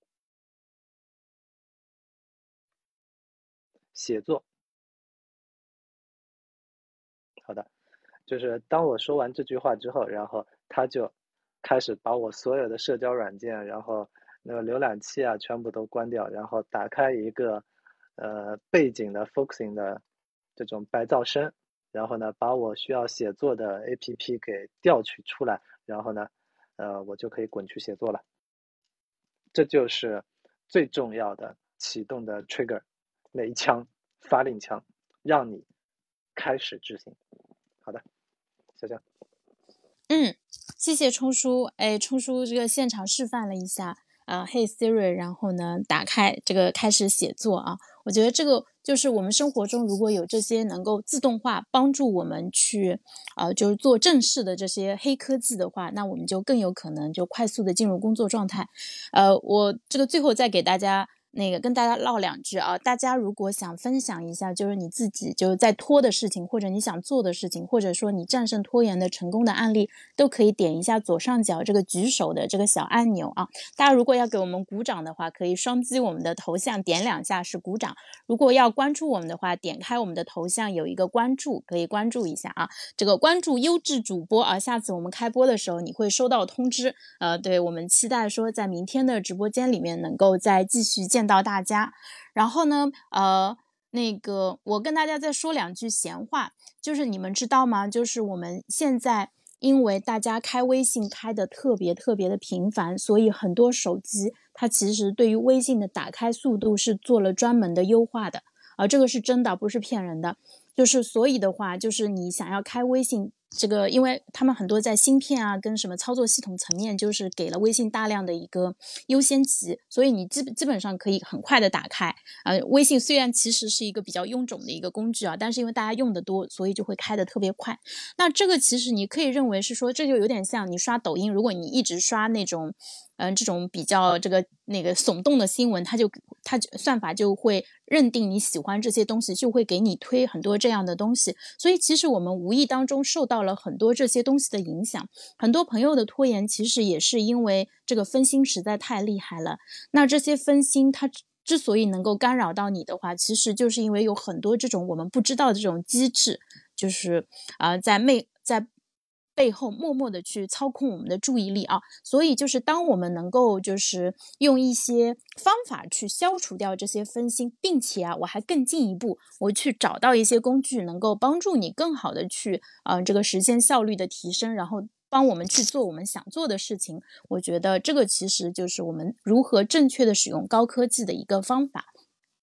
好的，就是当我说完这句话之后，然后他就开始把我所有的社交软件，然后那个浏览器啊全部都关掉，然后打开一个背景的 focusing 的这种白噪声，然后呢把我需要写作的 APP 给调取出来，然后呢我就可以滚去写作了。这就是最重要的启动的 trigger， 那一枪发令枪，让你开始执行。好的，小江。 谢谢冲叔。冲叔这个现场示范了一下Hey Siri， 然后呢打开这个开始写作啊。我觉得这个就是我们生活中如果有这些能够自动化帮助我们去就是做正事的这些黑科技的话，那我们就更有可能就快速的进入工作状态。我这个最后再给大家跟大家唠两句啊，大家如果想分享一下，就是你自己就是在拖的事情，或者你想做的事情，或者说你战胜拖延的成功的案例，都可以点一下左上角这个举手的这个小按钮啊。大家如果要给我们鼓掌的话，可以双击我们的头像点2下是鼓掌。如果要关注我们的话，点开我们的头像有一个关注，可以关注一下啊。这个关注优质主播啊，下次我们开播的时候你会收到通知。对，我们期待说在明天的直播间里面能够再继续见到大家。然后呢我跟大家再说2句闲话，就是你们知道吗，就是我们现在因为大家开微信开的特别的频繁，所以很多手机它其实对于微信的打开速度是做了专门的优化的这个是真的，不是骗人的。就是所以的话，就是你想要开微信这个，因为他们很多在芯片啊跟什么操作系统层面，就是给了微信大量的一个优先级，所以你基本上可以很快的打开微信虽然其实是一个比较臃肿的一个工具啊，但是因为大家用的多，所以就会开的特别快。那这个其实你可以认为是说，这就有点像你刷抖音，如果你一直刷那种这种比较耸动的新闻，它算法就会认定你喜欢这些东西，就会给你推很多这样的东西。所以其实我们无意当中受到了很多这些东西的影响，很多朋友的拖延其实也是因为这个分心实在太厉害了。那这些分心它之所以能够干扰到你的话，其实就是因为有很多这种我们不知道的这种机制，就是在背后默默的去操控我们的注意力啊。所以就是当我们能够就是用一些方法去消除掉这些分心，并且我还更进一步，我去找到一些工具能够帮助你更好的去这个实现效率的提升，然后帮我们去做我们想做的事情。我觉得这个其实就是我们如何正确的使用高科技的一个方法。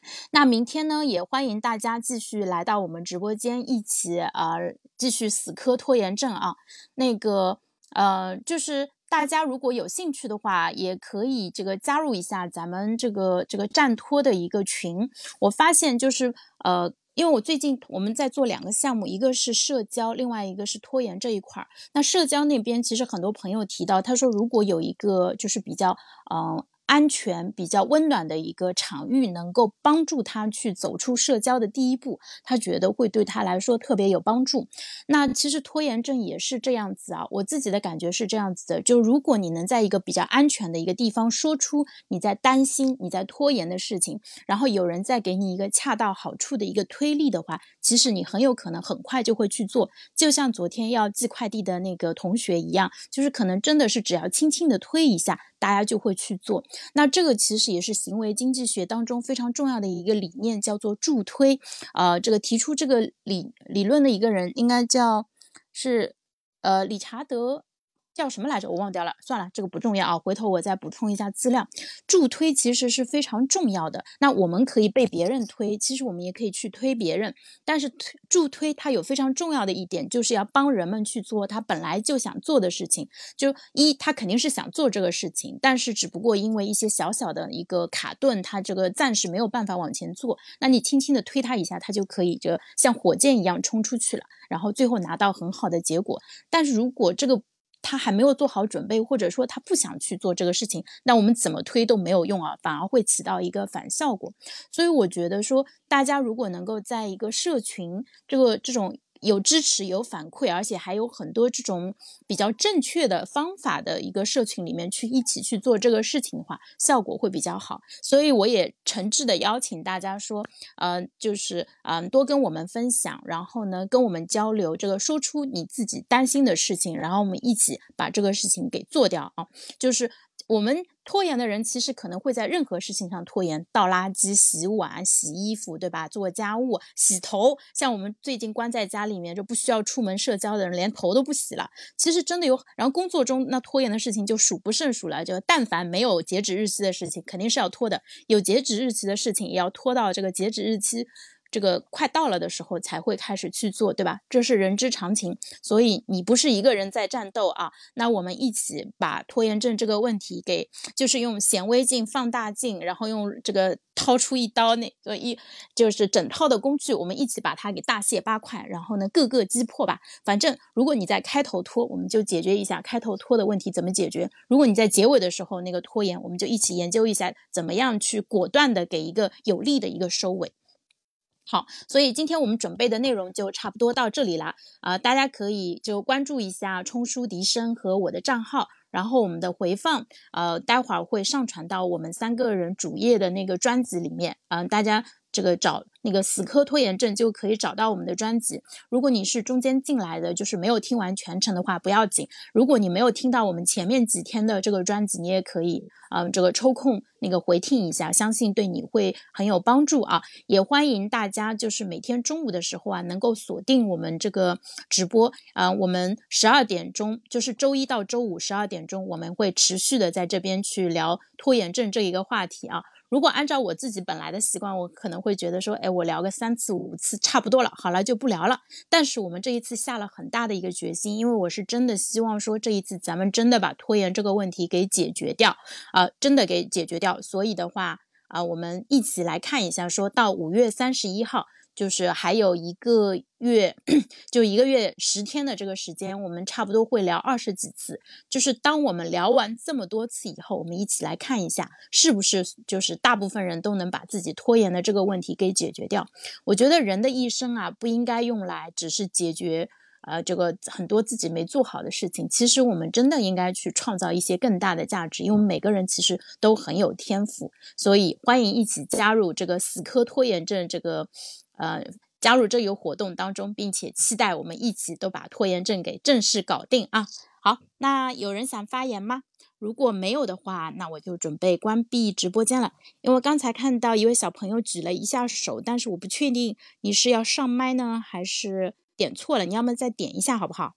那明天呢，也欢迎大家继续来到我们直播间，一起继续死磕拖延症啊。那个就是大家如果有兴趣的话，也可以这个加入一下咱们这个站拖的一个群。我发现就是因为最近我们在做2个项目，一个是社交，另外一个是拖延这一块。那社交那边其实很多朋友提到，他说如果有一个就是比较安全、比较温暖的一个场域，能够帮助他去走出社交的第一步，他觉得会对他来说特别有帮助。那其实拖延症也是这样子啊，我自己的感觉是这样子的，就如果你能在一个比较安全的一个地方说出你在担心、你在拖延的事情，然后有人再给你一个恰到好处的一个推力的话，其实你很有可能很快就会去做。就像昨天要寄快递的那个同学一样，就是可能真的是只要轻轻的推一下，大家就会去做。那这个其实也是行为经济学当中非常重要的一个理念，叫做助推。这个提出这个理论的一个人应该是理查德叫什么来着？我忘掉了，算了，这个不重要啊，回头我再补充一下资料。助推其实是非常重要的。那我们可以被别人推，其实我们也可以去推别人，但是助推它有非常重要的一点，就是要帮人们去做他本来就想做的事情。就他肯定是想做这个事情，但是只不过因为一些小小的一个卡顿，他这个暂时没有办法往前做，那你轻轻的推他一下，他就可以像火箭一样冲出去了，然后最后拿到很好的结果。但是如果这个他还没有做好准备，或者说他不想去做这个事情，那我们怎么推都没有用啊，反而会起到一个反效果。所以我觉得说，大家如果能够在一个社群这种有支持有反馈，而且还有很多这种比较正确的方法的一个社群里面去一起去做这个事情的话，效果会比较好。所以我也诚挚的邀请大家说就是多跟我们分享，然后呢跟我们交流，这个说出你自己担心的事情，然后我们一起把这个事情给做掉啊。就是我们拖延的人其实可能会在任何事情上拖延，倒垃圾、洗碗、洗衣服，对吧？做家务、洗头，像我们最近关在家里面就不需要出门社交的人，连头都不洗了。其实真的有，然后工作中那拖延的事情就数不胜数了，就但凡没有截止日期的事情肯定是要拖的，有截止日期的事情也要拖到这个截止日期这个快到了的时候才会开始去做，对吧？这是人之常情，所以你不是一个人在战斗啊。那我们一起把拖延症这个问题就是用显微镜、放大镜，然后用这个掏出一刀就是整套的工具，我们一起把它给大卸八块，然后呢各个击破吧。反正如果你在开头拖，我们就解决一下开头拖的问题怎么解决；如果你在结尾的时候那个拖延，我们就一起研究一下怎么样去果断的给一个有力的一个收尾。好，所以今天我们准备的内容就差不多到这里了大家可以就关注一下冲叔笛声和我的账号，然后我们的回放待会儿会上传到我们3个人主页的那个专辑里面大家这个找那个死磕拖延症就可以找到我们的专辑。如果你是中间进来的，就是没有听完全程的话不要紧，如果你没有听到我们前面几天的这个专辑，你也可以这个抽空那个回听一下，相信对你会很有帮助啊。也欢迎大家就是每天中午的时候能够锁定我们这个直播我们12点钟，就是周一到周五12点钟，我们会持续的在这边去聊拖延症这一个话题啊。如果按照我自己本来的习惯，我可能会觉得说我聊个3次5次差不多了，好了就不聊了。但是我们这一次下了很大的一个决心，因为我是真的希望说这一次咱们真的把拖延这个问题给解决掉真的给解决掉。所以的话我们一起来看一下，说到5月31号就是还有1个月就1个月10天的这个时间，我们差不多会聊20几次。就是当我们聊完这么多次以后，我们一起来看一下是不是就是大部分人都能把自己拖延的这个问题给解决掉。我觉得人的一生不应该用来只是解决这个很多自己没做好的事情，其实我们真的应该去创造一些更大的价值，因为每个人其实都很有天赋。所以欢迎一起加入这个死磕拖延症这个加入这个活动当中，并且期待我们一起都把拖延症给正式搞定啊。好，那有人想发言吗？如果没有的话，那我就准备关闭直播间了。因为刚才看到一位小朋友举了一下手，但是我不确定你是要上麦呢还是点错了，你要么再点一下好不好？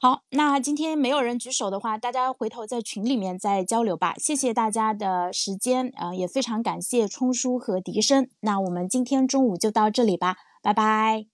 好，那今天没有人举手的话，大家回头在群里面再交流吧。谢谢大家的时间，也非常感谢冲叔和笛声。那我们今天中午就到这里吧，拜拜。